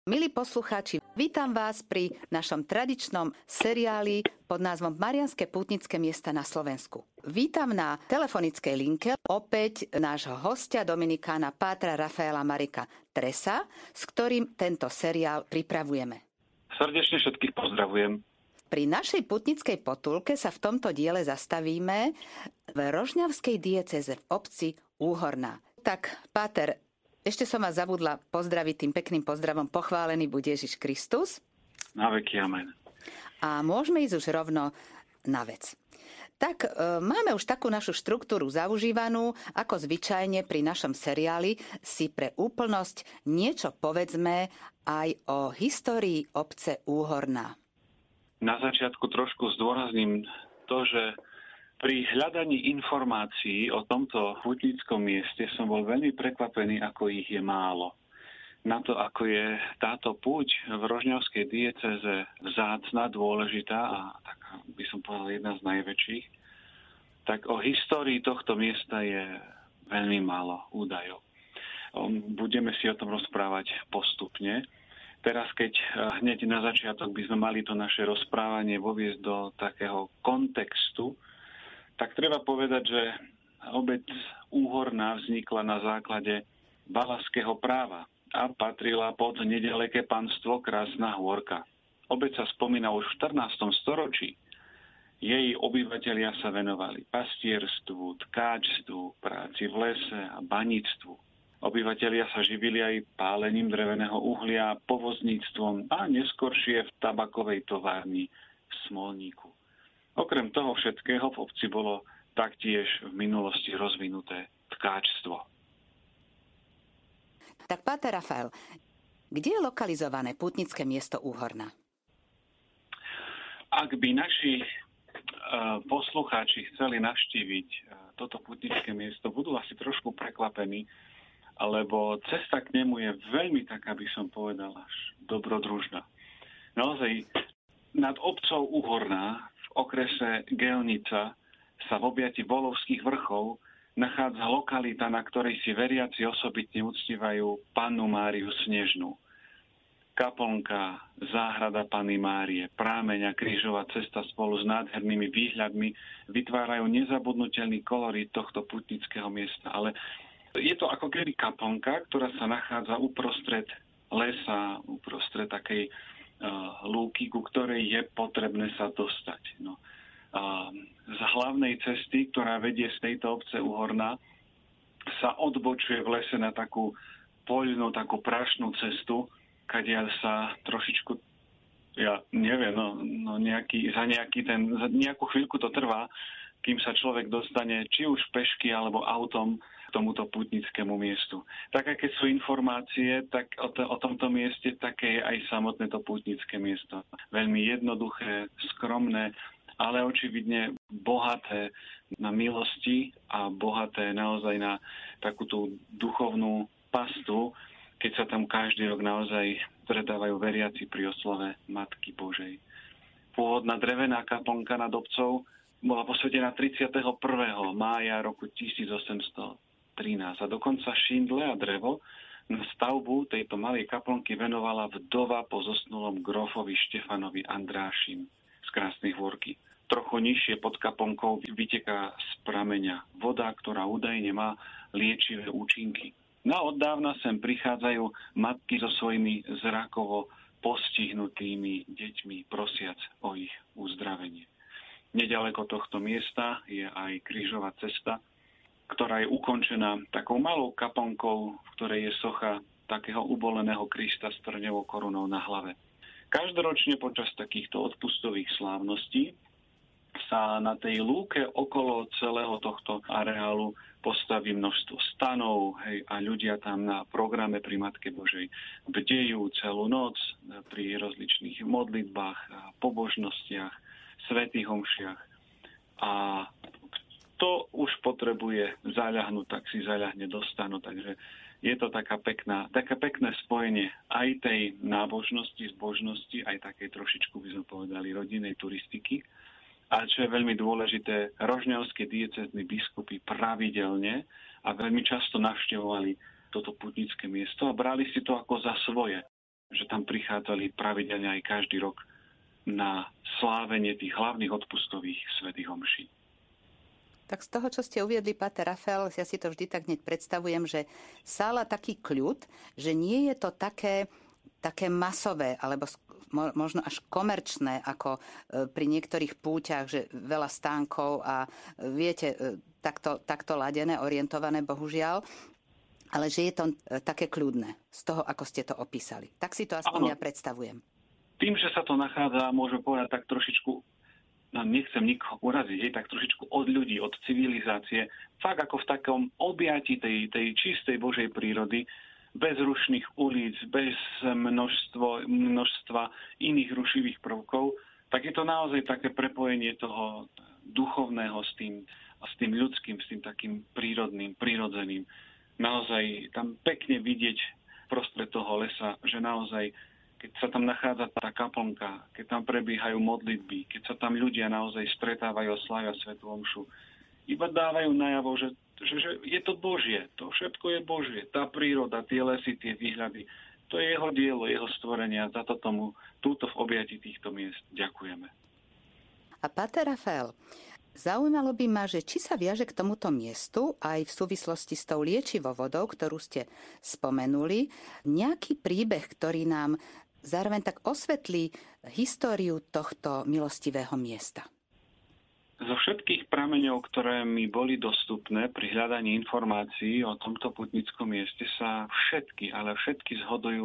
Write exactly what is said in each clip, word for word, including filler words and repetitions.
Milí poslucháči, vítam vás pri našom tradičnom seriáli pod názvom Mariánske pútnické miesta na Slovensku. Vítam na telefonickej linke opäť nášho hostia Dominikána pátra Rafaela Mareka Tresa, s ktorým tento seriál pripravujeme. Srdečne všetkých pozdravujem. Pri našej putnickej potulke sa v tomto diele zastavíme v rožňavskej diecéze v obci Úhorná. Tak, páter, ešte som vás zabudla pozdraviť tým pekným pozdravom. Pochválený buď Ježiš Kristus. Na veky amen. A môžeme ísť už rovno na vec. Tak e, máme už takú našu štruktúru zaužívanú, ako zvyčajne pri našom seriáli si pre úplnosť niečo povedzme aj o histórii obce Úhorná. Na začiatku trošku zdôrazním to, že pri hľadaní informácií o tomto pútnickom mieste som bol veľmi prekvapený, ako ich je málo. Na to, ako je táto púť v rožňavskej diecéze vzácna, dôležitá a tak by som povedal jedna z najväčších, tak o histórii tohto miesta je veľmi málo údajov. Budeme si o tom rozprávať postupne. Teraz, keď hneď na začiatok by sme mali to naše rozprávanie voviesť do takého kontextu, tak treba povedať, že obec Úhorná vznikla na základe valašského práva a patrila pod nedaleké panstvo Krásna Hôrka. Obec sa spomína už v štrnástom storočí. Jej obyvatelia sa venovali pastierstvu, tkáčstvu, práci v lese a baníctvu. Obyvatelia sa živili aj pálením dreveného uhlia, povozníctvom a neskoršie v tabakovej továrni v Smolníku. Okrem toho všetkého v obci bolo taktiež v minulosti rozvinuté tkáčstvo. Tak, páter Rafael, kde je lokalizované pútnické miesto Úhorná? Ak by naši uh, poslucháči chceli navštíviť uh, toto pútnické miesto, budú asi trošku prekvapení, lebo cesta k nemu je veľmi taká, by som povedal, až dobrodružná. Naozaj nad obcou Úhorná v okrese Gelnica sa v objati Volovských vrchov nachádza lokalita, na ktorej si veriaci osobitne uctívajú Pannu Máriu Snežnú. Kaplnka, záhrada Panny Márie, prámeň a krížová cesta spolu s nádhernými výhľadmi vytvárajú nezabudnutelný kolorít tohto putnického miesta. Ale je to ako keby kaplnka, ktorá sa nachádza uprostred lesa, uprostred takej lúky, ku ktorej je potrebné sa dostať. No. A z hlavnej cesty, ktorá vedie z tejto obce Úhorná, sa odbočuje v lese na takú poľnú, takú prašnú cestu, kadiaľ sa trošičku, ja neviem, no, no nejaký, za, nejaký ten, za nejakú chvíľku to trvá, kým sa človek dostane či už pešky alebo autom k tomuto pútnickému miestu. Tak, aké sú informácie, tak o, to, o tomto mieste také je aj samotné to pútnické miesto. Veľmi jednoduché, skromné, ale očividne bohaté na milosti a bohaté naozaj na takú tú duchovnú pastu, keď sa tam každý rok naozaj stretávajú veriaci pri oslave Matky Božej. Pôvodná drevená kaplnka nad obcou bola posvetená tridsiateho prvého mája roku tisícosemstotrinásť a dokonca šindle a drevo na stavbu tejto malej kaplnky venovala vdova po zosnulom grofovi Štefanovi Andrášim z Krásnej Hôrky. Trochu nižšie pod kaplnkou vyteká z prameňa voda, ktorá údajne má liečivé účinky. No od dávna sem prichádzajú matky so svojimi zrakovo postihnutými deťmi, prosiac o ich uzdravenie. Nedaleko tohto miesta je aj krížová cesta, ktorá je ukončená takou malou kaplnkou, v ktorej je socha takého uboleného Krista s trňovou korunou na hlave. Každoročne počas takýchto odpustových slávností sa na tej lúke okolo celého tohto areálu postaví množstvo stanov, hej, a ľudia tam na programe pri Matke Božej bdejú celú noc pri rozličných modlitbách a pobožnostiach, svätých omšiach. A kto už potrebuje zaľahnúť, tak si zaľahne do stanu. Takže je to taká pekná, také pekné spojenie aj tej nábožnosti, zbožnosti, aj takej trošičku, by sme povedali, rodinnej turistiky. A čo je veľmi dôležité, rožňavské diecézne biskupy pravidelne a veľmi často navštevovali toto putnické miesto a brali si to ako za svoje. že tam prichádzali pravidelne aj každý rok na slávenie tých hlavných odpustových svätých omší. Tak z toho, čo ste uviedli, páter Rafael, ja si to vždy tak hneď predstavujem, že sála taký kľud, že nie je to také, také masové, alebo možno až komerčné, ako pri niektorých púťach, že veľa stánkov a viete, takto, takto ladené, orientované, bohužiaľ, ale že je to také kľudné z toho, ako ste to opísali. Tak si to aspoň Áno. ja predstavujem. Tým, že sa to nachádza, môžem povedať tak trošičku, no nechcem nikoho uraziť, hej, tak trošičku od ľudí, od civilizácie, fakt ako v takom objati tej, tej čistej Božej prírody, bez rušných ulic, bez množstvo, množstva iných rušivých prvkov, tak je to naozaj také prepojenie toho duchovného s tým, s tým ľudským, s tým takým prírodným, prírodzeným. Naozaj tam pekne vidieť prostred toho lesa, že naozaj, keď sa tam nachádza tá kaplnka, keď tam prebiehajú modlitby, keď sa tam ľudia naozaj stretávajú a slávia svätú omšu, iba dávajú najavo, že, že, že je to Božie, to všetko je Božie, tá príroda, tie lesy, tie výhľady, to je jeho dielo, jeho stvorenia, za to tomu túto v objati týchto miest ďakujeme. A páter Rafael, zaujímalo by ma, že či sa viaže k tomuto miestu aj v súvislosti s tou liečivou vodou, ktorú ste spomenuli, nejaký príbeh, ktorý nám zároveň tak osvetlí históriu tohto milostivého miesta. Zo všetkých prameňov, ktoré mi boli dostupné pri hľadaní informácií o tomto putnickom mieste, sa všetky, ale všetky zhodujú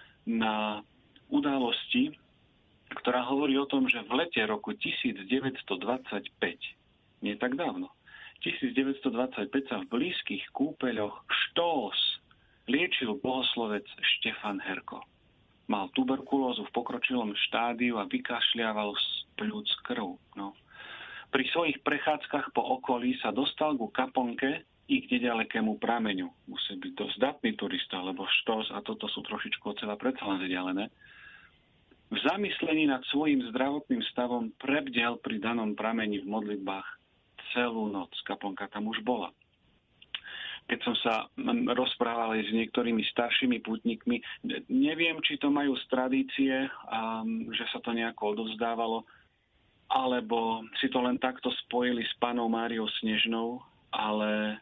na udalosti, ktorá hovorí o tom, že v lete roku devätnásťstodvadsaťpäť, nie tak dávno, devätnásťstodvadsaťpäť sa v blízkych kúpeľoch Štós liečil bohoslovec Štefan Herko. Mal tuberkulózu v pokročilom štádiu a vykašľával z pľúc krv. No. Pri svojich prechádzkach po okolí sa dostal ku kaplnke i k nedalekému prameňu. Musí byť dosť datný turista, lebo Štós a toto sú trošičku od seba predsa len vzdialené. V zamyslení nad svojím zdravotným stavom prebdel pri danom prameni v modlitbách celú noc. Kaplnka tam už bola. Keď som sa rozprával aj s niektorými staršími pútnikmi, neviem, či to majú z tradície, a že sa to nejako odovzdávalo, alebo si to len takto spojili s Pannou Máriou Snežnou, ale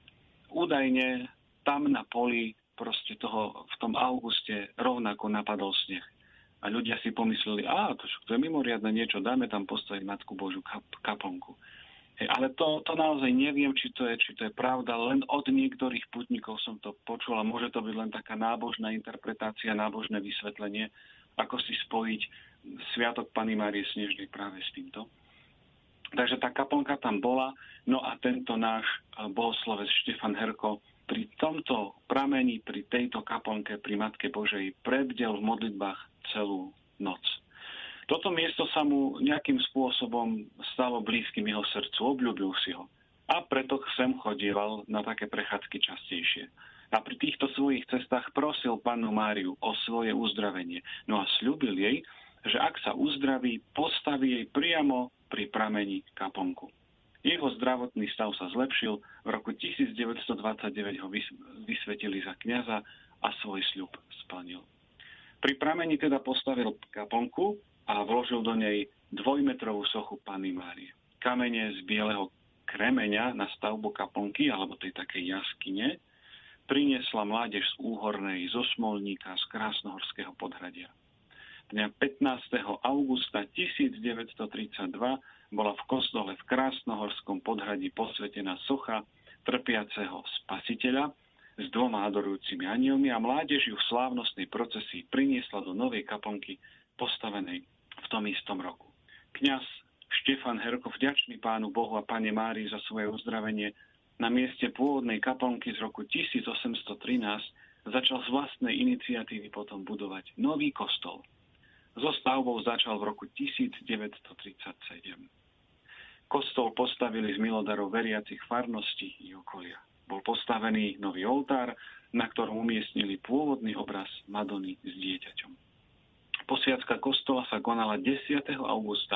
údajne tam na poli proste toho v tom auguste rovnako napadol sneh. A ľudia si pomysleli, a to, to je mimoriadne niečo, dáme tam postaviť Matku Božiu kap, kaplnku. Hej, ale to, to naozaj neviem, či to, je, či to je pravda, len od niektorých putníkov som to počul a môže to byť len taká nábožná interpretácia, nábožné vysvetlenie, ako si spojiť Sviatok Panny Márie Snežnej práve s týmto. Takže tá kaplnka tam bola, no a tento náš bohoslovec Štefan Herko pri tomto pramení, pri tejto kaplnke, pri Matke Božej prebdel v modlitbách celú noc. Toto miesto sa mu nejakým spôsobom stalo blízkym jeho srdcu, obľúbil si ho. A preto sem chodieval na také prechádzky častejšie. A pri týchto svojich cestách prosil Pannu Máriu o svoje uzdravenie. No a sľúbil jej, že ak sa uzdraví, postaví jej priamo pri prameni kaplnku. Jeho zdravotný stav sa zlepšil, v roku devätnásťstodvadsaťdeväť ho vysvetili za kňaza a svoj sľub splnil. Pri prameni teda postavil kaplnku a vložil do nej dvojmetrovú sochu Panny Márie. Kamene z bieleho kremeňa na stavbu kaplnky, alebo tej takej jaskyne, priniesla mládež z Úhornej, zo Smolníka, z Krásnohorského podhradia. Dňa pätnásteho augusta devätnásťstotridsaťdva bola v kostole v Krásnohorskom podhradí posvetená socha trpiaceho Spasiteľa s dvoma adorujúcimi anielmi a mládež ju v slávnostnej procesii priniesla do novej kaplnky postavenej v tom istom roku. Kňaz Štefan Herko, vďačný Pánu Bohu a Panne Márii za svoje uzdravenie, na mieste pôvodnej kaplnky z roku tisícosemstotrinásť začal z vlastnej iniciatívy potom budovať nový kostol. So stavbou začal v roku devätnásťstotridsaťsedem. Kostol postavili z milodarov veriacich farností i okolia. Bol postavený nový oltár, na ktorom umiestnili pôvodný obraz Madony s dieťaťom. Posviacka kostola sa konala desiateho augusta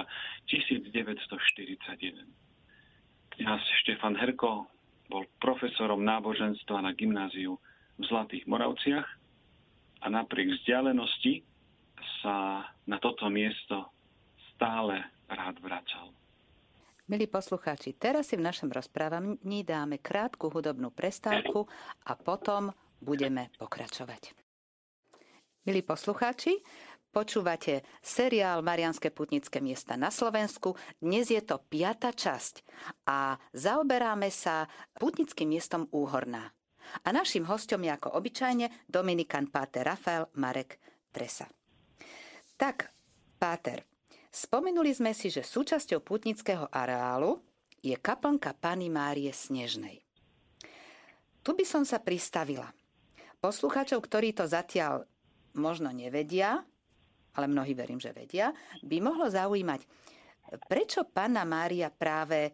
devätnásťstoštyridsaťjeden. Kňaz Štefan Herko bol profesorom náboženstva na gymnáziu v Zlatých Moravciach a napriek vzdialenosti sa na toto miesto stále rád vracal. Milí poslucháči, teraz si v našom rozprávaní dáme krátku hudobnú prestávku a potom budeme pokračovať. Milí poslucháči, počúvate seriál Mariánske pútnické miesta na Slovensku. Dnes je to piata časť a zaoberáme sa pútnickým miestom Úhorná. A naším hosťom je ako obyčajne dominikan páter Rafael Marek Tresa. Tak, páter, spomenuli sme si, že súčasťou pútnického areálu je kaplnka Panny Márie Snežnej. Tu by som sa pristavila. Poslucháčov, ktorí to zatiaľ možno nevedia, ale mnohí verím, že vedia, by mohlo zaujímať, prečo Panna Mária práve e,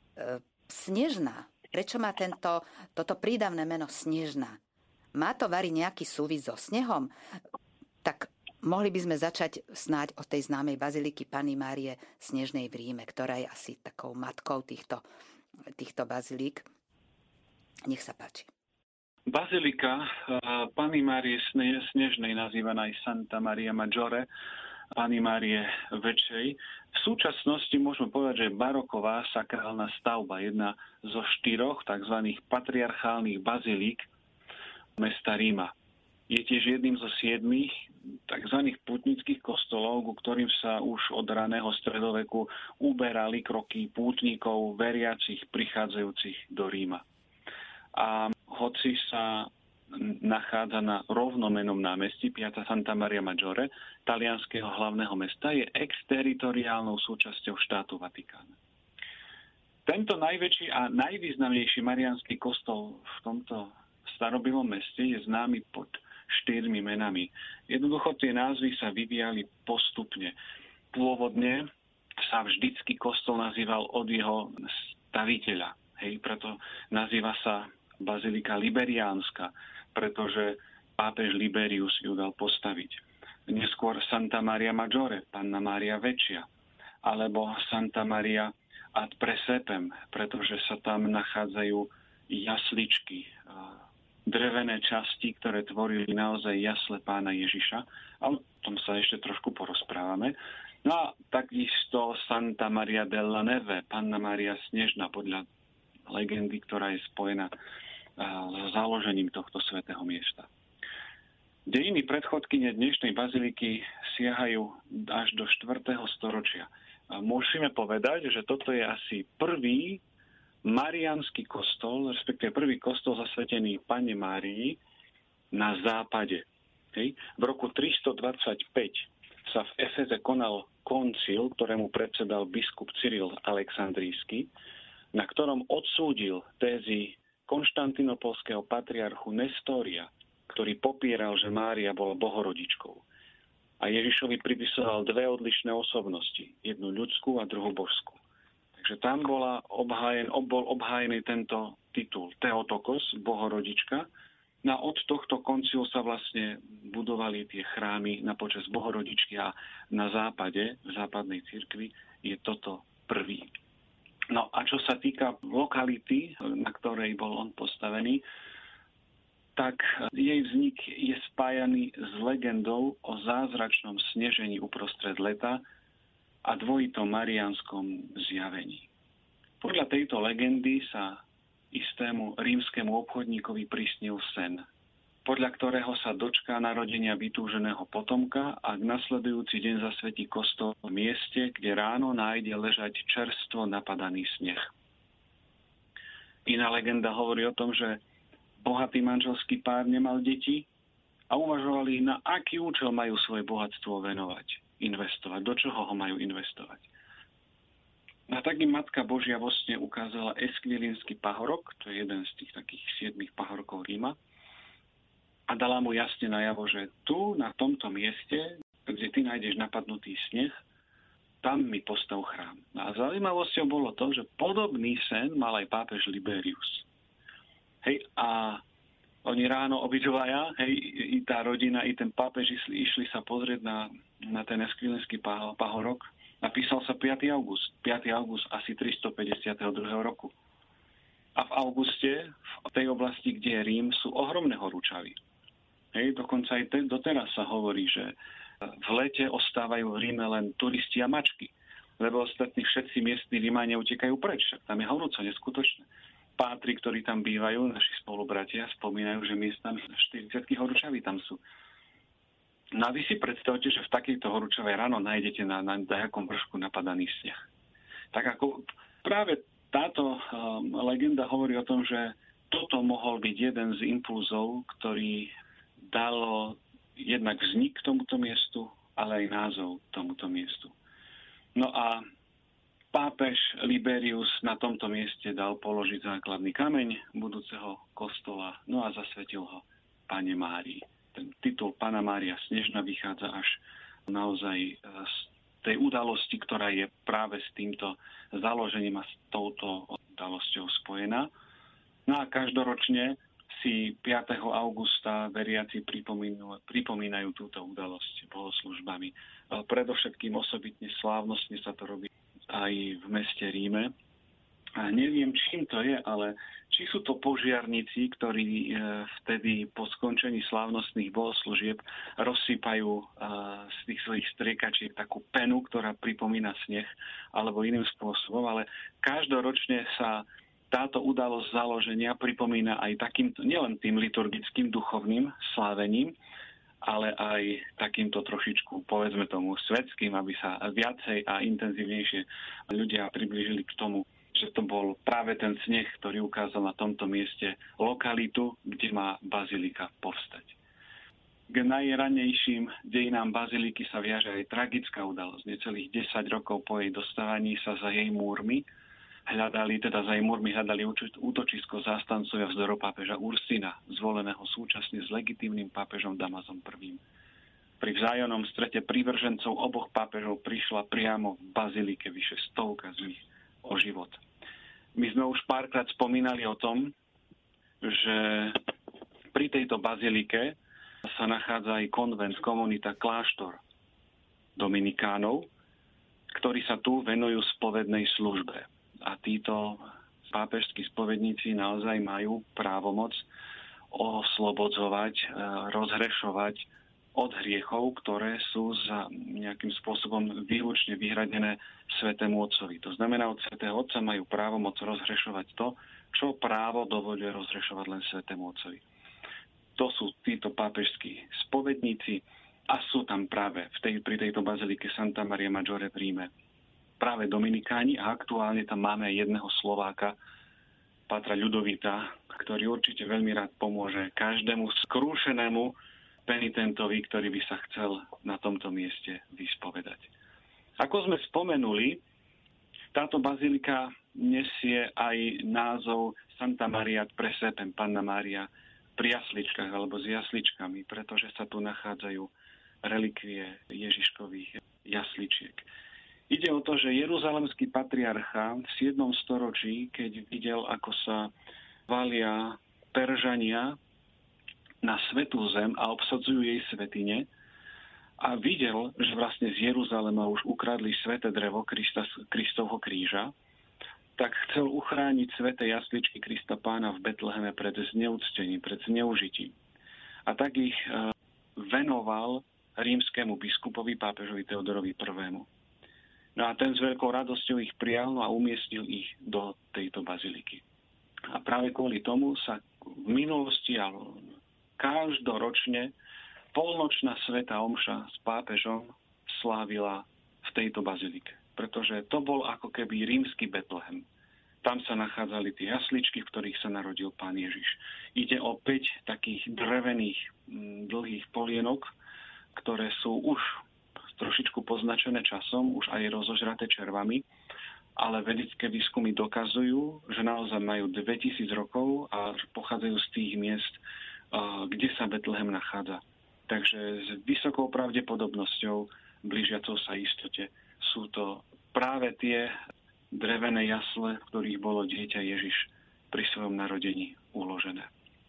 Snežná? Prečo má tento, toto prídavné meno Snežná? Má to vari nejaký súvis so snehom? Tak mohli by sme začať snáď od tej známej baziliky Panny Márie Snežnej v Ríme, ktorá je asi takou matkou týchto, týchto bazilík. Nech sa páči. Bazilika Panny Márie Snežnej, nazývaná aj Santa Maria Maggiore, Panny Márie Väčšej. V súčasnosti môžeme povedať, že je baroková sakrálna stavba, jedna zo štyroch tzv. Patriarchálnych bazilík mesta Ríma. Je tiež jedným zo siedmých tzv. Pútnických kostolov, ku ktorým sa už od raného stredoveku uberali kroky pútnikov, veriacich, prichádzajúcich do Ríma. A hoci sa nachádza na rovnomennom námestí Piazza Santa Maria Maggiore, talianskeho hlavného mesta, je exteritoriálnou súčasťou štátu Vatikán. Tento najväčší a najvýznamnejší mariánsky kostol v tomto starobylom meste je známy pod štyrmi menami. Jednoducho tie názvy sa vyvíjali postupne. Pôvodne sa vždycky kostol nazýval od jeho staviteľa. Hej, preto nazýva sa Bazilika Liberiánska, pretože pápež Liberius ju dal postaviť. Neskôr Santa Maria Maggiore, Panna Mária Väčšia, alebo Santa Maria ad Presepem, pretože sa tam nachádzajú jasličky, drevené časti, ktoré tvorili naozaj jasle Pána Ježiša. A o tom sa ešte trošku porozprávame. No a takisto Santa Maria della Neve, Panna Mária Snežná, podľa legendy, ktorá je spojená s založením tohto svätého miesta. Dejiny predchodkyne dnešnej baziliky siahajú až do štvrtého storočia. Môžeme povedať, že toto je asi prvý mariánsky kostol, respektíve prvý kostol zasvetený Panne Márii na západe. Hej. V roku tristodvadsaťpäť sa v Efeze konal koncil, ktorému predsedal biskup Cyril Alexandrijský, na ktorom odsúdil tézy konštantinopolského patriarchu Nestória, ktorý popieral, že Mária bola bohorodičkou. A Ježišovi pripisoval dve odlišné osobnosti, jednu ľudskú a druhú božskú. Takže tam bola obhájen, bol obhájený tento titul Theotokos, bohorodička. No a od tohto koncilu sa vlastne budovali tie chrámy na počas bohorodičky a na západe, v západnej cirkvi, je toto prvý. No a čo sa týka lokality, na ktorej bol on postavený, tak jej vznik je spájaný s legendou o zázračnom snežení uprostred leta a dvojitom mariánskom zjavení. Podľa tejto legendy sa istému rímskemu obchodníkovi prisnil sen, podľa ktorého sa dočká narodenia vytúženého potomka a k nasledujúci deň zasvetí kostol v mieste, kde ráno nájde ležať čerstvo napadaný sneh. Iná legenda hovorí o tom, že bohatý manželský pár nemal deti a uvažovali, na aký účel majú svoje bohatstvo venovať, investovať, do čoho ho majú investovať. A tak im Matka Božia vo sne ukázala Esquilínsky pahorok, to je jeden z tých takých siedmých pahorkov Ríma, a dala mu jasne najavo, že tu, na tomto mieste, kde ty nájdeš napadnutý sneh, tam mi postav chrám. A zaujímavosťou bolo to, že podobný sen mal aj pápež Liberius. Hej, a oni ráno obidvaja, hej, i tá rodina, i ten pápež išli, išli sa pozrieť na, na ten Esquilínsky pahorok. Napísal sa piateho augusta. piateho augusta asi tristopäťdesiateho druhého roku. A v auguste, v tej oblasti, kde je Rím, sú ohromné horúčavy. Hej, dokonca aj te, doteraz sa hovorí, že v lete ostávajú v Ríme len turisti a mačky, lebo ostatní všetci miestni Rímania utekajú preč. Tam je horúco, neskutočné. Pátri, ktorí tam bývajú, naši spolubratia, spomínajú, že miestam štyridsiatky horúčaví tam sú. No a vy si predstavte, že v takejto horúčavej ráno nájdete na, na dajakom vršku napadaný sneh. Tak ako práve táto um, legenda hovorí o tom, že toto mohol byť jeden z impulzov, ktorý dalo jednak vznik tomuto miestu, ale aj názov tomuto miestu. No a pápež Liberius na tomto mieste dal položiť základný kameň budúceho kostola, no a zasvetil ho Panne Márii. Ten titul Panna Mária Snežna vychádza až naozaj z tej udalosti, ktorá je práve s týmto založením a s touto udalosťou spojená. No a každoročne si piateho augusta veriaci pripomínajú, pripomínajú túto udalosť bohoslužbami. Predovšetkým osobitne slávnostne sa to robí aj v meste Ríme. A neviem, čím to je, ale či sú to požiarníci, ktorí vtedy po skončení slávnostných bohoslúžieb rozsypajú z tých svojich striekačiek takú penu, ktorá pripomína sneh, alebo iným spôsobom, ale každoročne sa táto udalosť založenia pripomína aj takýmto, nielen tým liturgickým duchovným slávením, ale aj takýmto trošičku, povedzme tomu, svetským, aby sa viacej a intenzívnejšie ľudia priblížili k tomu, že to bol práve ten sneh, ktorý ukázal na tomto mieste lokalitu, kde má bazilika povstať. K najranejším dejinám baziliky sa viaže aj tragická udalosť. Necelých desať rokov po jej dostávaní sa za jej múrmi hľadali, teda za jej múrmi hľadali útočisko zástancovia vzdoru pápeža Ursina, zvoleného súčasne s legitímnym pápežom Damazom I. Pri vzájomnom strete prívržencov oboch pápežov prišla priamo v bazilike vyše stovka z nich o život. My sme už párkrát spomínali o tom, že pri tejto bazilike sa nachádza aj konvent, komunita, kláštor dominikánov, ktorí sa tu venujú spovednej službe. A títo pápežskí spovedníci naozaj majú právomoc oslobodzovať, rozhrešovať od hriechov, ktoré sú za nejakým spôsobom výlučne vyhradené Svätému Otcovi. To znamená, od Svätého Otca majú právomoc rozhrešovať to, čo právo dovoľuje rozhrešovať len Svätému Otcovi. To sú títo pápežskí spovedníci a sú tam práve v tej, pri tejto bazilike Santa Maria Maggiore v Ríme práve dominikáni a aktuálne tam máme aj jedného Slováka, pátra Ľudovita, ktorý určite veľmi rád pomôže každému skrúšenému penitentovi, ktorý by sa chcel na tomto mieste vyspovedať. Ako sme spomenuli, táto bazilika nesie aj názov Santa Maria Presepem, Panna Mária pri jasličkách alebo s jasličkami, pretože sa tu nachádzajú relikvie Ježiškových jasličiek. Ide o to, že jeruzalemský patriarcha v siedmom storočí, keď videl, ako sa valia Peržania na svätú zem a obsadzujú jej svätyne a videl, že vlastne z Jeruzalema už ukradli sväté drevo Krista, Kristovho kríža, tak chcel uchrániť sväté jasličky Krista Pána v Betleheme pred zneúctením, pred zneužitím. A tak ich venoval rímskemu biskupovi pápežovi Teodorovi I. No a ten s veľkou radosťou ich prijal a umiestnil ich do tejto baziliky. A práve kvôli tomu sa v minulosti, ale každoročne polnočná svätá omša s pápežom slávila v tejto bazilike. Pretože to bol ako keby rímsky Betlehem. Tam sa nachádzali tie jasličky, v ktorých sa narodil Pán Ježiš. Ide o päť takých drevených dlhých polienok, ktoré sú už trošičku poznačené časom, už aj rozožraté červami, ale vedecké výskumy dokazujú, že naozaj majú dvetisíc rokov a pochádzajú z tých miest, kde sa Betlehem nachádza. Takže s vysokou pravdepodobnosťou, blížiacou sa istote, sú to práve tie drevené jasle, v ktorých bolo dieťa Ježiš pri svojom narodení uložené.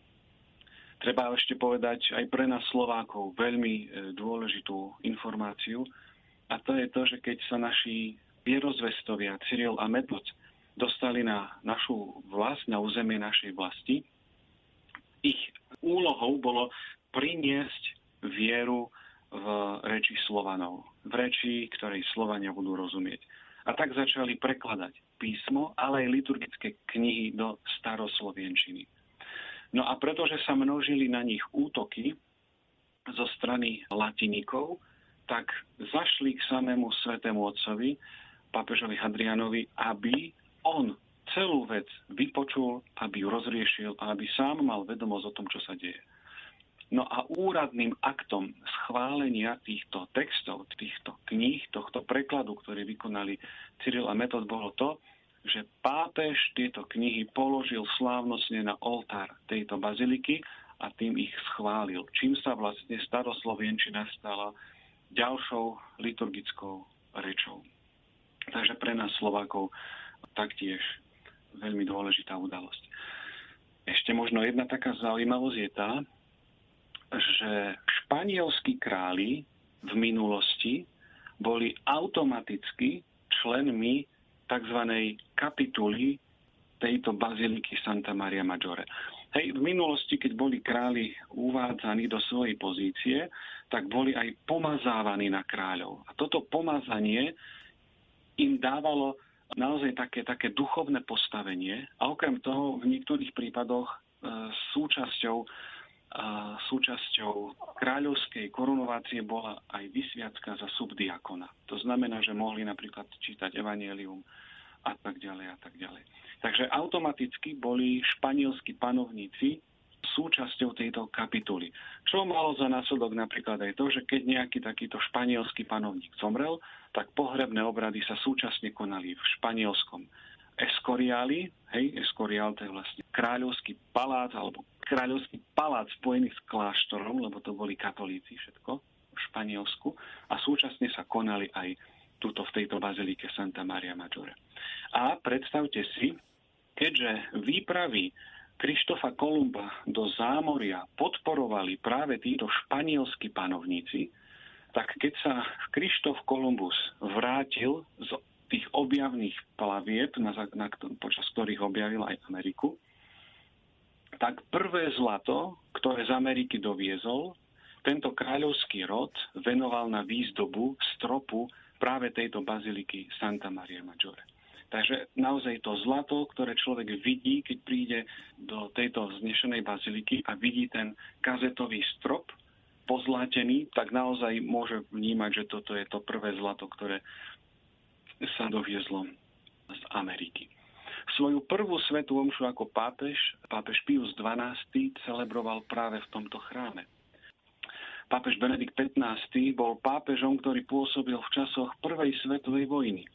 Treba ešte povedať aj pre nás Slovákov veľmi dôležitú informáciu, a to je to, že keď sa naši vierozvestovia Cyril a Metod dostali na našu vlast, na územie našej vlasti, ich úlohou bolo priniesť vieru v reči Slovanov, v reči, ktorej Slovania budú rozumieť. A tak začali prekladať písmo, ale aj liturgické knihy do staroslovenčiny. No a pretože sa množili na nich útoky zo strany latiníkov, tak zašli k samému svätému otcovi, pápežovi Hadrianovi, aby on celú vec vypočul, aby ju rozriešil a aby sám mal vedomosť o tom, čo sa deje. No a úradným aktom schválenia týchto textov, týchto kníh, tohto prekladu, ktorý vykonali Cyril a Metod, bolo to, že pápež tieto knihy položil slávnostne na oltár tejto baziliky a tým ich schválil. Čím sa vlastne staroslovenčina stala ďalšou liturgickou rečou. Takže pre nás Slovákov taktiež veľmi dôležitá udalosť. Ešte možno jedna taká zaujímavosť je tá, že španielskí králi v minulosti boli automaticky členmi tzv. Kapituly tejto baziliky Santa Maria Maggiore. Hej, v minulosti, keď boli králi uvádzaní do svojej pozície, tak boli aj pomazávaní na kráľov. A toto pomazanie im dávalo naozaj také, také duchovné postavenie a okrem toho v niektorých prípadoch e, súčasťou, e, súčasťou kráľovskej korunovácie bola aj vysviacka za subdiakona. To znamená, že mohli napríklad čítať evanjelium a tak ďalej a tak ďalej. Takže automaticky boli španielskí panovníci súčasťou tejto kapituly. Čo malo za následok napríklad aj to, že keď nejaký takýto španielský panovník zomrel, tak pohrebné obrady sa súčasne konali v španielskom Escoriali. Hej, Escorial to je vlastne kráľovský palác alebo kráľovský palác spojený s kláštorom, lebo to boli katolíci všetko v Španielsku a súčasne sa konali aj tuto v tejto bazilike Santa Maria Maggiore. A predstavte si, keďže výpravy Krištofa Kolumba do zámoria podporovali práve títo španielskí panovníci, tak keď sa Krištof Kolumbus vrátil z tých objavných plavieb, na, na, počas ktorých objavil aj Ameriku, tak prvé zlato, ktoré z Ameriky doviezol, tento kráľovský rod venoval na výzdobu stropu práve tejto baziliky Santa Maria Maggiore. Takže naozaj to zlato, ktoré človek vidí, keď príde do tejto vznešenej baziliky a vidí ten kazetový strop pozlatený, tak naozaj môže vnímať, že toto je to prvé zlato, ktoré sa doviezlo z Ameriky. Svoju prvú svätú omšu ako pápež, pápež Pius dvanásty celebroval práve v tomto chráme. Pápež Benedikt pätnásty bol pápežom, ktorý pôsobil v časoch prvej svetovej vojny.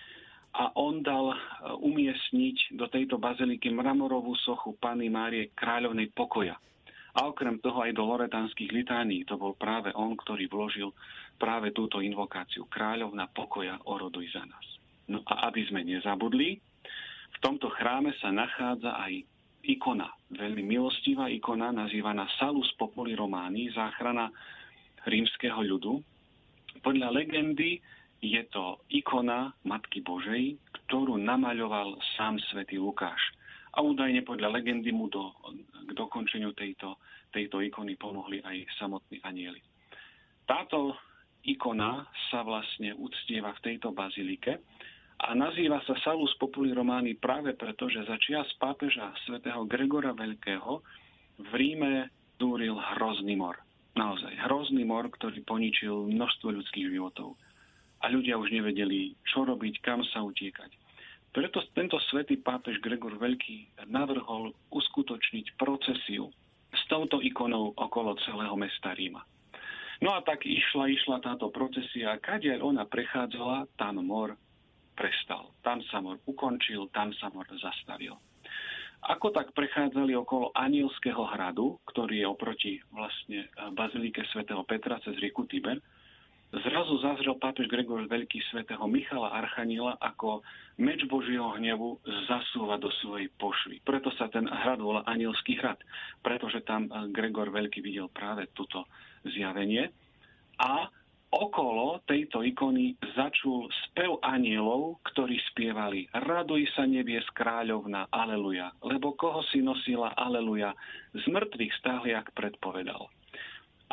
A on dal umiestniť do tejto baziliky mramorovú sochu Panny Márie Kráľovnej pokoja. A okrem toho aj do loretánskych litánií. To bol práve on, ktorý vložil práve túto invokáciu. Kráľovna pokoja, oroduj za nás. No a aby sme nezabudli, v tomto chráme sa nachádza aj ikona, veľmi milostivá ikona, nazývaná Salus Populi Romani, záchrana rímskeho ľudu. Podľa legendy je to ikona Matky Božej, ktorú namaľoval sám svätý Lukáš. A údajne podľa legendy mu do, k dokončeniu tejto, tejto ikony pomohli aj samotní anjeli. Táto ikona sa vlastne uctieva v tejto bazilike a nazýva sa Salus Populi Romani práve preto, že za čias pápeža svätého Gregora Veľkého v Ríme zúril hrozný mor. Naozaj hrozný mor, ktorý poničil množstvo ľudských životov. A ľudia už nevedeli, čo robiť, kam sa utiekať. Preto tento svätý pápež Gregor Veľký navrhol uskutočniť procesiu s touto ikonou okolo celého mesta Ríma. No a tak išla, išla táto procesia a kadiaľ ona prechádzala, tam mor prestal. Tam sa mor ukončil, tam sa mor zastavil. Ako tak prechádzali okolo Anielského hradu, ktorý je oproti vlastne bazilike svätého Petra cez rieku Tiber, zrazu zazrel pápež Gregor Veľký svätého Michala Archaniela, ako meč Božieho hnevu zasúva do svojej pošvy. Preto sa ten hrad volá Anielský hrad, pretože tam Gregor Veľký videl práve toto zjavenie. A okolo tejto ikony začul spev anielov, ktorí spievali: Raduj sa nebies kráľovna, aleluja, lebo koho si nosila, aleluja, z mŕtvych stáhliak predpovedal.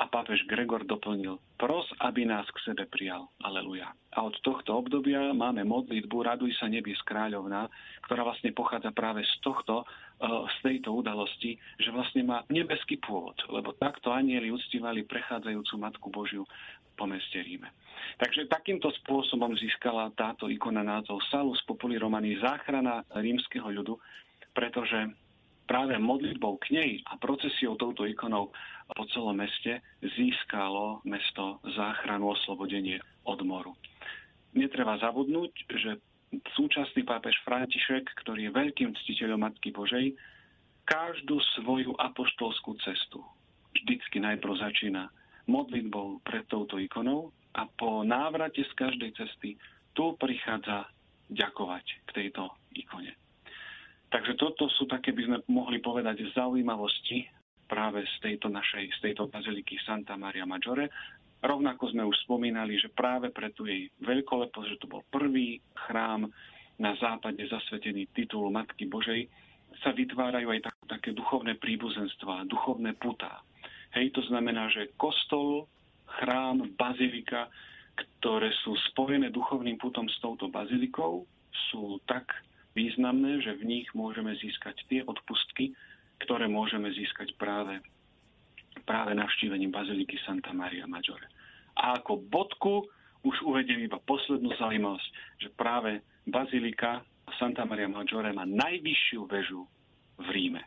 A pápež Gregor doplnil: pros, aby nás k sebe prijal. Aleluja. A od tohto obdobia máme modlitbu Raduj sa nebies kráľovná, ktorá vlastne pochádza práve z tohto, z tejto udalosti, že vlastne má nebeský pôvod, lebo takto anjeli uctívali prechádzajúcu Matku Božiu po meste Ríme. Takže takýmto spôsobom získala táto ikona názov Salus Populi Romani, záchrana rímskeho ľudu, pretože práve modlitbou k nej a procesiou touto ikonou po celom meste získalo mesto záchranu, oslobodenie od moru. Netreba zabudnúť, že súčasný pápež František, ktorý je veľkým ctiteľom Matky Božej, každú svoju apoštolskú cestu vždycky najprv začína modlitbou pred touto ikonou a po návrate z každej cesty tu prichádza ďakovať k tejto ikone. Takže toto sú také, by sme mohli povedať, zaujímavosti práve z tejto našej, z tejto baziliky Santa Maria Maggiore. Rovnako sme už spomínali, že práve pre tú jej veľkoleposť, že to bol prvý chrám na západe zasvetený titulu Matky Božej, sa vytvárajú aj tak, také duchovné príbuzenstva, duchovné putá. Hej, to znamená, že kostol, chrám, bazilika, ktoré sú spojené duchovným putom s touto bazilikou, sú tak významné, že v nich môžeme získať tie odpustky, ktoré môžeme získať práve, práve navštívením baziliky Santa Maria Maggiore. A ako bodku už uvediem iba poslednú zaujímavosť, že práve bazilika Santa Maria Maggiore má najvyššiu väžu v Ríme.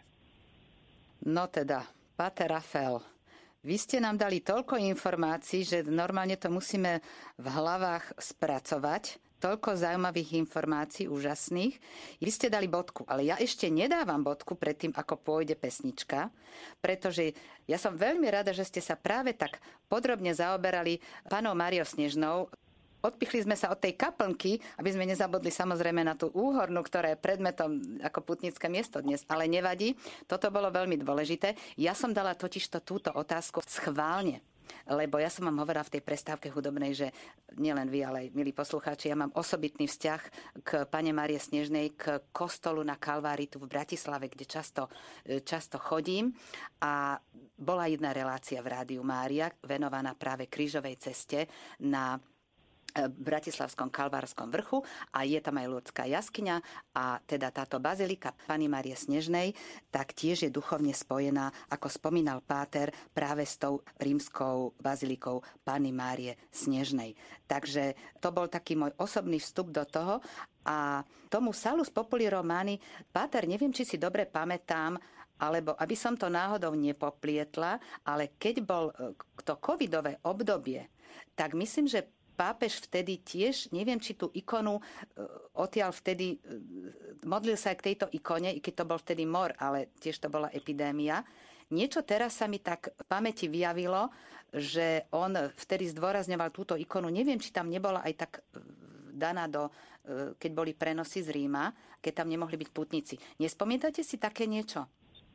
No teda, Páter Rafael, vy ste nám dali toľko informácií, že normálne to musíme v hlavách spracovať. Toľko zaujímavých informácií, úžasných. Vy ste dali bodku, ale ja ešte nedávam bodku predtým, ako pôjde pesnička, pretože ja som veľmi rada, že ste sa práve tak podrobne zaoberali Pannou Máriou Snežnou. Odpichli sme sa od tej kaplnky, aby sme nezabudli samozrejme na tú úhornu, ktorá je predmetom ako putnické miesto dnes, ale nevadí. Toto bolo veľmi dôležité. Ja som dala totižto túto otázku schválne, lebo ja som vám hovorila v tej prestávke hudobnej, že nielen vy, ale aj milí poslucháči, ja mám osobitný vzťah k Panne Márie Snežnej, k kostolu na Kalvárii tu v Bratislave, kde často, často chodím. A bola jedna relácia v Rádiu Mária venovaná práve krížovej ceste na Bratislavskom Kalvárskom vrchu a je tam aj Lurdská jaskyňa a teda táto bazilika Panny Márie Snežnej tak tiež je duchovne spojená, ako spomínal páter, práve s tou rímskou bazilikou Panny Márie Snežnej. Takže to bol taký môj osobný vstup do toho a tomu Salus Populi Romani, páter, neviem, či si dobre pamätám, alebo aby som to náhodou nepoplietla, ale keď bol to covidové obdobie, tak myslím, že pápež vtedy tiež, neviem, či tú ikonu odtiaľ vtedy modlil sa aj k tejto ikone, i keď to bol vtedy mor, ale tiež to bola epidémia. Niečo teraz sa mi tak v pamäti vyjavilo, že on vtedy zdôrazňoval túto ikonu. Neviem, či tam nebola aj tak daná do, keď boli prenosy z Ríma, keď tam nemohli byť putníci. Nespomínate si také niečo?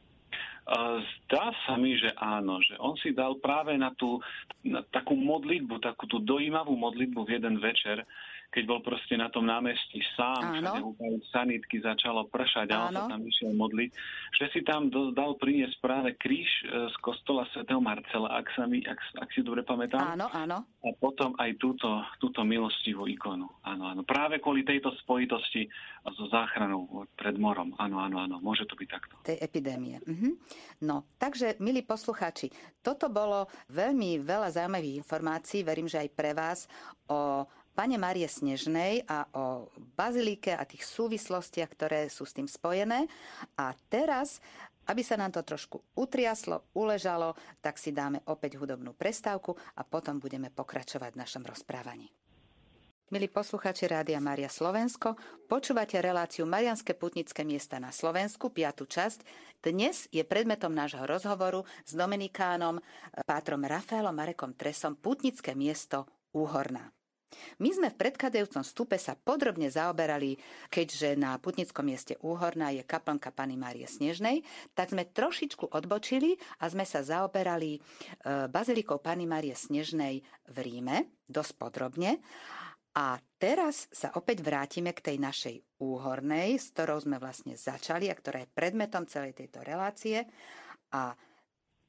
Zdá sa mi, že áno, že on si dal práve na tú na takú modlitbu, takú tú dojímavú modlitbu v jeden večer, keď bol proste na tom námestí sám, všade úplne sanitky, začalo pršať a on sa tam išiel modliť, že si tam dal priniesť práve kríž z kostola svätého Marcela, ak, sa mi, ak, ak si dobre pamätám. Áno, áno. A potom aj túto, túto milostivú ikonu. Áno, áno. Práve kvôli tejto spojitosti so záchranou pred morom. Áno, áno, áno. Môže to byť takto. Tej epidémie. Mhm. No, takže, milí poslucháči, toto bolo veľmi veľa zaujímavých informácií, verím, že aj pre vás, o Panne Márie Snežnej a o bazilike a tých súvislostiach, ktoré sú s tým spojené. A teraz, aby sa nám to trošku utriaslo, uležalo, tak si dáme opäť hudobnú prestávku a potom budeme pokračovať v našom rozprávaní. Milí poslucháči Rádia Mária Slovensko, počúvate reláciu Marianske putnické miesta na Slovensku, piatu časť. Dnes je predmetom nášho rozhovoru s dominikánom pátrom Rafaelom Marekom Tresom putnické miesto Úhorná. My sme v predchádzajúcom vstupe sa podrobne zaoberali, keďže na putnickom mieste Úhorná je kaplnka Panny Márie Snežnej, tak sme trošičku odbočili a sme sa zaoberali bazilikou Panny Márie Snežnej v Ríme, dosť podrobne. A teraz sa opäť vrátime k tej našej Úhornej, s ktorou sme vlastne začali a ktorá je predmetom celej tejto relácie. A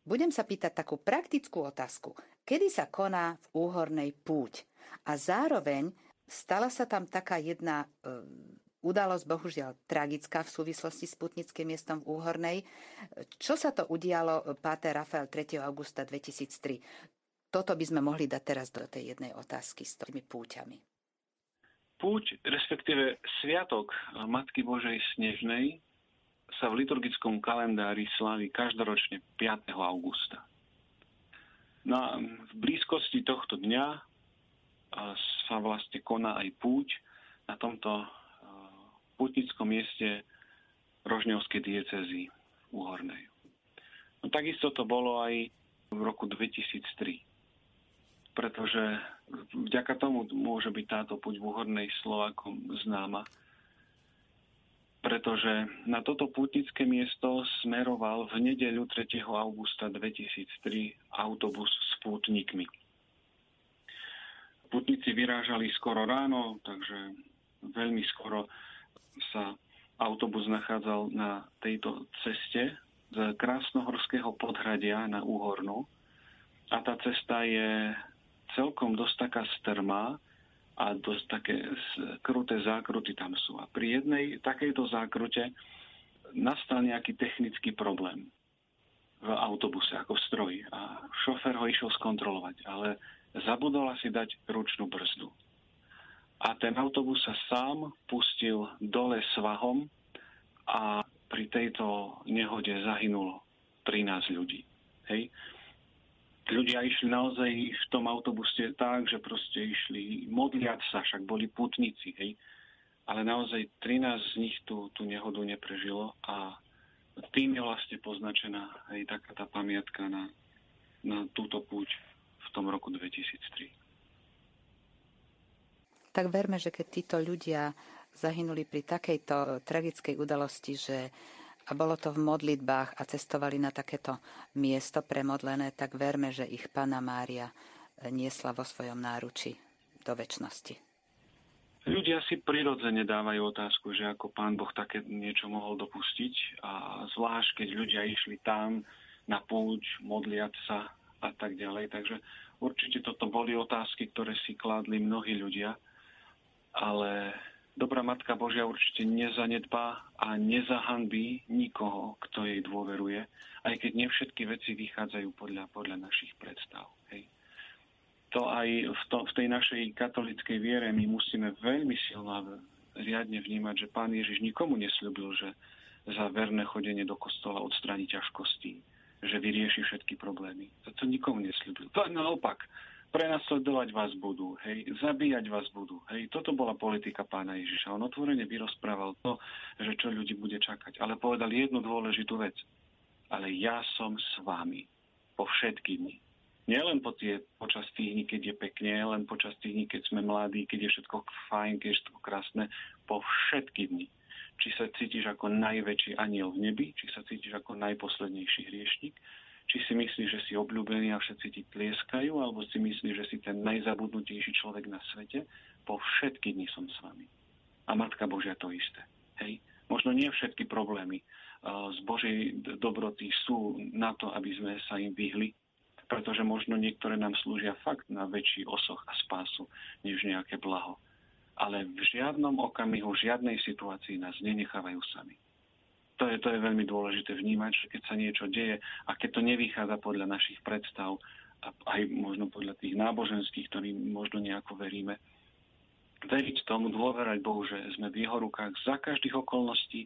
Budem sa pýtať takú praktickú otázku. Kedy sa koná v Úhornej púť? A zároveň stala sa tam taká jedna e, udalosť, bohužiaľ tragická v súvislosti s pútnickým miestom v Úhornej. Čo sa to udialo, páter Rafael, tretieho augusta dvetisíctri? Toto by sme mohli dať teraz do tej jednej otázky s tými púťami. Púť, respektíve sviatok Matky Božej Snežnej sa v liturgickom kalendári slávi každoročne piateho augusta. No a v blízkosti tohto dňa sa vlastne koná aj púť na tomto pútnickom mieste Rožňovskej diecézy v Úhornej. No, takisto to bolo aj v roku dvetisíctri, pretože vďaka tomu môže byť táto púť v Úhornej Slovákom známa, pretože na toto pútnické miesto smeroval v nedeľu tretieho augusta dvetisíctri autobus s pútnikmi. Pútnici vyrážali skoro ráno, takže veľmi skoro sa autobus nachádzal na tejto ceste z Krásnohorského podhradia na Úhornu. A tá cesta je celkom dosť taká strmá, a dosť také kruté zákruty tam sú. A pri jednej takejto zákrute nastal nejaký technický problém v autobuse, ako v stroji. A šofér ho išiel skontrolovať, ale zabudol asi dať ručnú brzdu. A ten autobus sa sám pustil dole svahom a pri tejto nehode zahynulo trinásť ľudí. Hej. Ľudia išli naozaj v tom autobuse tak, že proste išli modliať sa, však boli pútnici, hej. Ale naozaj trinásť z nich tú, tú nehodu neprežilo a tým je vlastne poznačená aj taká tá pamiatka na, na túto púť v tom roku dvetisíctri. Tak verme, že keď títo ľudia zahynuli pri takejto tragickej udalosti, že a bolo to v modlitbách a cestovali na takéto miesto premodlené, tak verme, že ich Panna Mária niesla vo svojom náruči do večnosti. Ľudia si prirodzene dávajú otázku, že ako Pán Boh také niečo mohol dopustiť a zvlášť, keď ľudia išli tam na púť, modliať sa a tak ďalej. Takže určite toto boli otázky, ktoré si kládli mnohí ľudia, ale dobrá Matka Božia určite nezanedbá a nezahanbí nikoho, kto jej dôveruje, aj keď nie všetky veci vychádzajú podľa, podľa našich predstav. Hej. To aj v, to, v tej našej katolíckej viere my musíme veľmi silno a riadne vnímať, že Pán Ježiš nikomu nesľúbil, že za verné chodenie do kostola odstráni ťažkosti, že vyrieši všetky problémy. To, to nikomu nesľúbil. To naopak. Prenasledovať vás budú, hej, zabíjať vás budú, hej. Toto bola politika Pána Ježiša. On otvorene vyrozprával to, že čo ľudí bude čakať. Ale povedal jednu dôležitú vec. Ale ja som s vami po všetky dni. Nielen po tie, počas tých dní, keď je pekne, len počas tých dní, keď sme mladí, keď je všetko fajn, keď je všetko krásne, po všetky dni. Či sa cítiš ako najväčší anjel v nebi, či sa cítiš ako najposlednejší hriešnik, či si myslíš, že si obľúbený a všetci ti tlieskajú, alebo si myslíš, že si ten najzabudnutejší človek na svete, po všetky dni som s vami. A Matka Božia to isté. Hej. Možno nie všetky problémy uh, z Božej dobroty sú na to, aby sme sa im vyhli, pretože možno niektoré nám slúžia fakt na väčší osoch a spásu, než nejaké blaho. Ale v žiadnom okamihu, v žiadnej situácii nás nenechávajú sami. To je, to je veľmi dôležité vnímať, že keď sa niečo deje a keď to nevychádza podľa našich predstav a aj možno podľa tých náboženských, ktorým možno nejako veríme, veriť tomu, dôverať Bohu, že sme v jeho rukách za každých okolností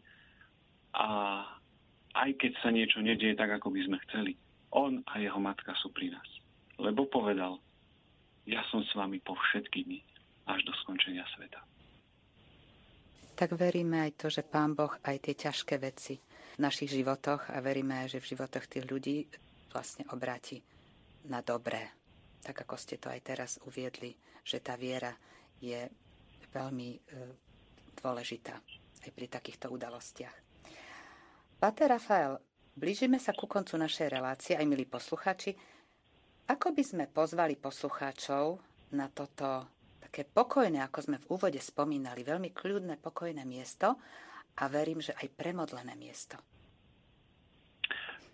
a aj keď sa niečo nedieje tak, ako by sme chceli, on a jeho matka sú pri nás. Lebo povedal, ja som s vami po všetky dni až do skončenia sveta. Tak veríme aj to, že Pán Boh aj tie ťažké veci v našich životoch a veríme aj, že v životoch tých ľudí vlastne obráti na dobré. Tak ako ste to aj teraz uviedli, že tá viera je veľmi e, dôležitá aj pri takýchto udalostiach. Páter Rafael, blížime sa ku koncu našej relácie, aj milí poslucháči. Ako by sme pozvali poslucháčov na toto také pokojné, ako sme v úvode spomínali, veľmi kľudné, pokojné miesto a verím, že aj premodlené miesto?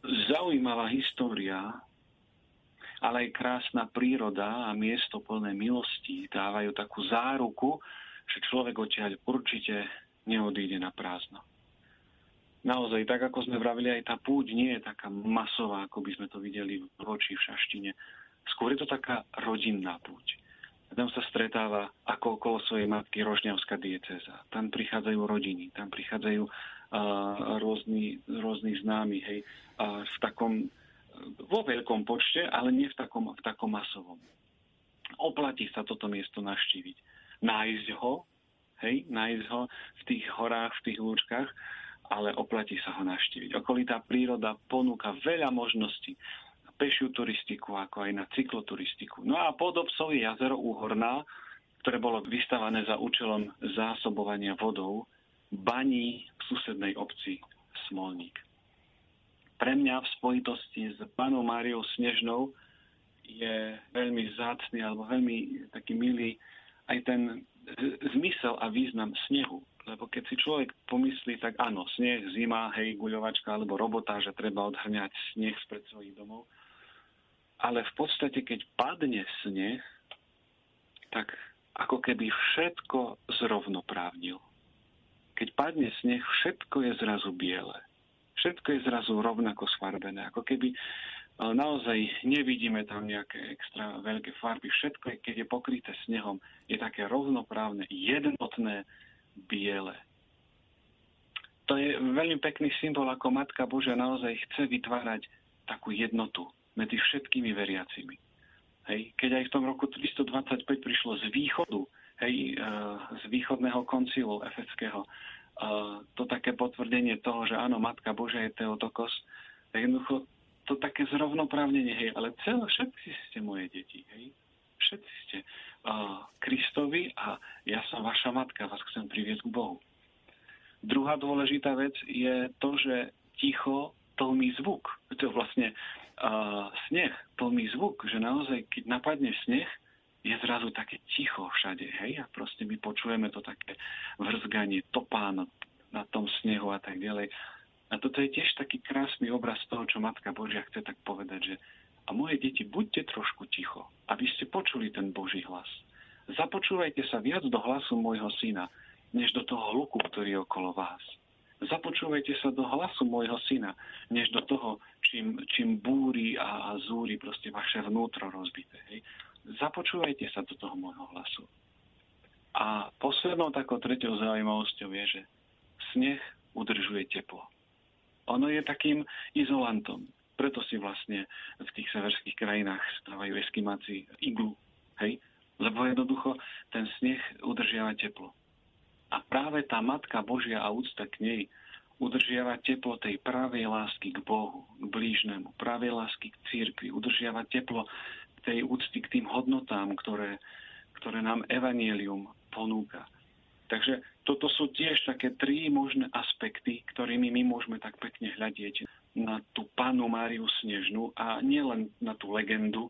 zaujímavá história, ale aj krásna príroda a miesto plné milosti dávajú takú záruku, že človek odtiaľ určite neodíde na prázdno. Naozaj, tak ako sme vravili, aj tá púť nie je taká masová, ako by sme to videli v Voči v Šaštine. Skôr je to taká rodinná púť. Tam sa stretáva ako okolo svojej matky Rožňavská diecéza. Tam prichádzajú rodiny, tam prichádzajú uh, rôzni, rôzni známi, hej, uh, v takom, vo veľkom počte, ale nie v takom, v takom masovom. Oplatí sa toto miesto navštíviť. Nájsť ho, hej, nájsť ho v tých horách, v tých lúčkach, ale oplatí sa ho navštíviť. Okolitá príroda ponúka veľa možností na pešiu turistiku, ako aj na cykloturistiku. No a pod obcov je jazero Úhorná, ktoré bolo vystavané za účelom zásobovania vodou baní v susednej obci Smolník. Pre mňa v spojitosti s Pannou Máriou Snežnou je veľmi vzácny alebo veľmi taký milý aj ten zmysel a význam snehu. Lebo keď si človek pomyslí, tak áno, sneh, zima, hej, guľovačka alebo robota, že treba odhrňať sneh spred svojich domov. Ale v podstate, keď padne sneh, tak ako keby všetko zrovnoprávnil. Keď padne sneh, všetko je zrazu biele. Všetko je zrazu rovnako sfarbené. Ako keby naozaj nevidíme tam nejaké extra veľké farby. Všetko, keď je pokryté snehom, je také rovnoprávne, jednotné, biele. To je veľmi pekný symbol, ako Matka Božia naozaj chce vytvárať takú jednotu medzi všetkými veriacimi. Hej. Keď aj v tom roku tristodvadsaťpäť prišlo z východu, hej, z východného koncilu efeského, to také potvrdenie toho, že áno, Matka Božia je Theotokos, tak jednoducho to také zrovnoprávnenie, hej, ale celé, všetci ste moje deti, hej. Všetci ste uh, Kristovi a ja som vaša matka, vás chcem priviesť k Bohu. Druhá dôležitá vec je to, že ticho tlmí zvuk. To je vlastne uh, sneh tlmí zvuk, že naozaj, keď napadne sneh, je zrazu také ticho všade, hej, a proste my počujeme to také vrzganie, topán na tom snehu a tak ďalej. A toto je tiež taký krásny obraz toho, čo Matka Božia chce tak povedať, že a moje deti, buďte trošku ticho, aby ste počuli ten Boží hlas. Započúvajte sa viac do hlasu môjho syna, než do toho hluku, ktorý je okolo vás. Započúvajte sa do hlasu môjho syna, než do toho, čím, čím búri a, a zúri proste vaše vnútro rozbité. Hej. Započúvajte sa do toho môjho hlasu. A poslednou takou tretiou zaujímavosťou je, že sneh udržuje teplo. Ono je takým izolantom. Preto si vlastne v tých severských krajinách stávajú eskimáci iglu. Hej? Lebo jednoducho ten sneh udržiava teplo. A práve tá Matka Božia a úcta k nej udržiava teplo tej pravej lásky k Bohu, k blížnemu, pravej lásky k cirkvi, udržiava teplo tej úcty k tým hodnotám, ktoré, ktoré nám evanjelium ponúka. Takže toto sú tiež také tri možné aspekty, ktorými my môžeme tak pekne hľadieť na tú Pannu Máriu Snežnú a nielen na tú legendu,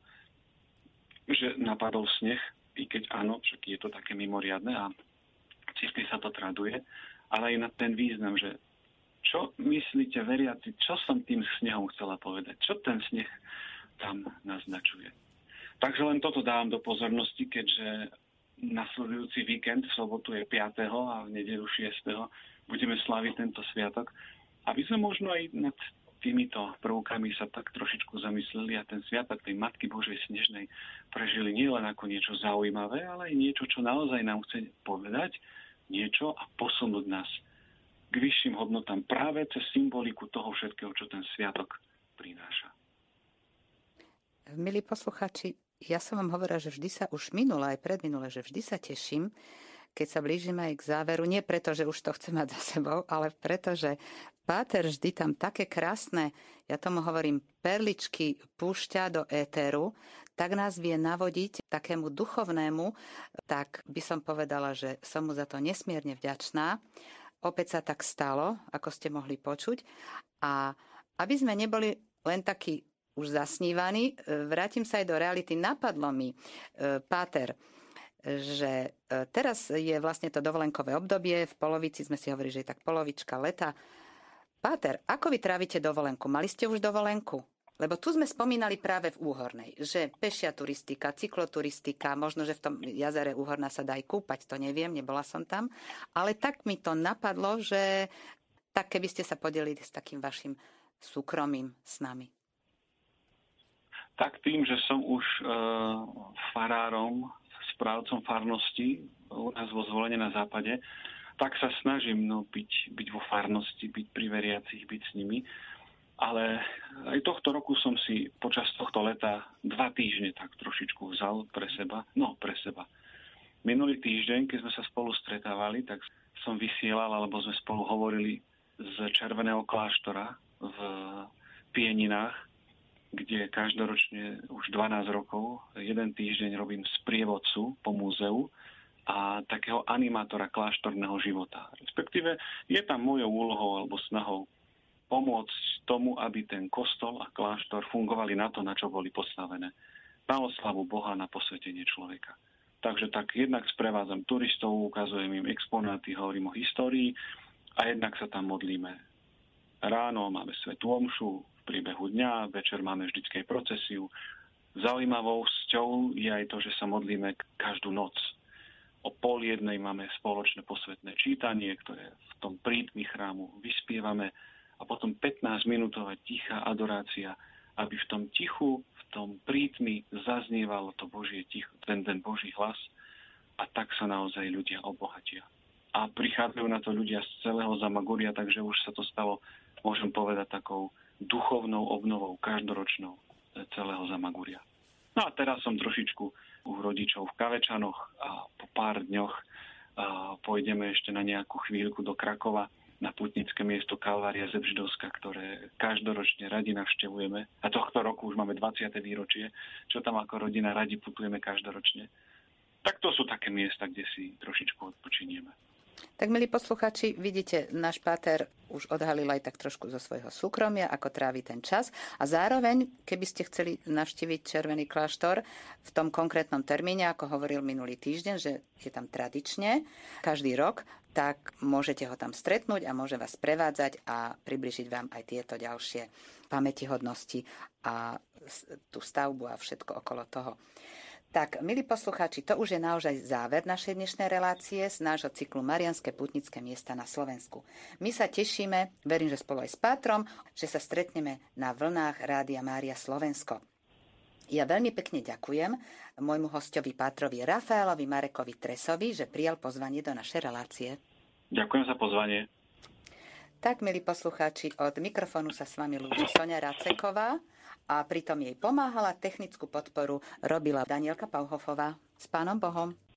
že napadol sneh, i keď áno, však je to také mimoriadne a v cirkvi sa to traduje, ale aj na ten význam, že čo myslíte, veriaci, čo som tým snehom chcela povedať? Čo ten sneh tam naznačuje? Takže len toto dávam do pozornosti, keďže nasledujúci víkend, v sobotu je piateho a v nedeľu šiesteho budeme slaviť tento sviatok, aby sme možno aj nad týmito prvkami sa tak trošičku zamysleli a ten sviatok tej Matky Božej Snežnej prežili nielen ako niečo zaujímavé, ale aj niečo, čo naozaj nám chce povedať niečo a posunúť nás k vyšším hodnotám práve cez symboliku toho všetkého, čo ten sviatok prináša. Milí poslucháči, ja som vám hovorila, že vždy sa už minule, aj predminule, že vždy sa teším, keď sa blížime aj k záveru. Nie preto, že už to chcem mať za sebou, ale preto, že Páter vždy tam také krásne, ja tomu hovorím, perličky púšťa do éteru, tak nás vie navodiť takému duchovnému, tak by som povedala, že som mu za to nesmierne vďačná. Opäť sa tak stalo, ako ste mohli počuť. A aby sme neboli len takí už zasnívaní, vrátim sa aj do reality. Napadlo mi, Páter, že teraz je vlastne to dovolenkové obdobie, v polovici sme si hovorili, že je tak polovička leta. Páter, ako vy trávite dovolenku? Mali ste už dovolenku? Lebo tu sme spomínali práve v Úhornej, že pešia turistika, cykloturistika, možno, že v tom jazere Úhorná sa dá aj kúpať, to neviem, nebola som tam. Ale tak mi to napadlo, že tak keby ste sa podelili s takým vašim súkromím s nami. Tak tým, že som už e, farárom, správcom farnosti u nás vo Zvolene na západe, tak sa snažím no, byť, byť vo farnosti, byť pri veriacich, byť s nimi. Ale aj tohto roku som si počas tohto leta dva týždne tak trošičku vzal pre seba. No, pre seba. Minulý týždeň, keď sme sa spolu stretávali, tak som vysielal, alebo sme spolu hovorili z Červeného kláštora v Pieninách, kde každoročne už dvanásť rokov, jeden týždeň robím sprievodcu po múzeu a takého animátora kláštorného života. Respektíve je tam mojou úlohou alebo snahou pomôcť tomu, aby ten kostol a kláštor fungovali na to, na čo boli postavené. Na oslavu Boha, na posvetenie človeka. Takže tak jednak sprevádzam turistov, ukazujem im exponáty, hovorím o histórii a jednak sa tam modlíme. Ráno máme svätú omšu, v priebehu dňa, večer máme vždycky procesiu. Zaujímavosťou je aj to, že sa modlíme každú noc. O pol jednej máme spoločné posvetné čítanie, ktoré v tom prítmi chrámu vyspievame a potom pätnásťminútová tichá adorácia, aby v tom tichu, v tom prítmi zaznievalo to Božie ticho, ten, ten Boží hlas a tak sa naozaj ľudia obohatia. A prichádzajú na to ľudia z celého Zamaguria, takže už sa to stalo, môžem povedať, takou duchovnou obnovou každoročnou celého Zamaguria. No a teraz som trošičku u rodičov v Kavečanoch a po pár dňoch a pôjdeme ešte na nejakú chvíľku do Krakova na pútnické miesto Kalvária Zebždovska, ktoré každoročne radi navštevujeme. A tohto roku už máme dvadsiate výročie, čo tam ako rodina radi putujeme každoročne. Tak to sú také miesta, kde si trošičku odpočinieme. Tak, milí posluchači, vidíte, náš páter už odhalil aj tak trošku zo svojho súkromia, ako trávi ten čas. A zároveň, keby ste chceli navštíviť Červený kláštor v tom konkrétnom termíne, ako hovoril minulý týždeň, že je tam tradične každý rok, tak môžete ho tam stretnúť a môže vás prevádzať a približiť vám aj tieto ďalšie pamätihodnosti a tú stavbu a všetko okolo toho. Tak, milí poslucháči, to už je naozaj záver našej dnešnej relácie z nášho cyklu Mariánske pútnické miesta na Slovensku. My sa tešíme, verím, že spolu aj s Pátrom, že sa stretneme na vlnách Rádia Mária Slovensko. Ja veľmi pekne ďakujem môjmu hostovi Pátrovi Rafaelovi Marekovi Tresovi, že prijal pozvanie do našej relácie. Ďakujem za pozvanie. Tak, milí poslucháči, od mikrofónu sa s vami lúči Soňa Raceková. A pritom jej pomáhala, technickú podporu robila Danielka Pauhofová. S Pánom Bohom.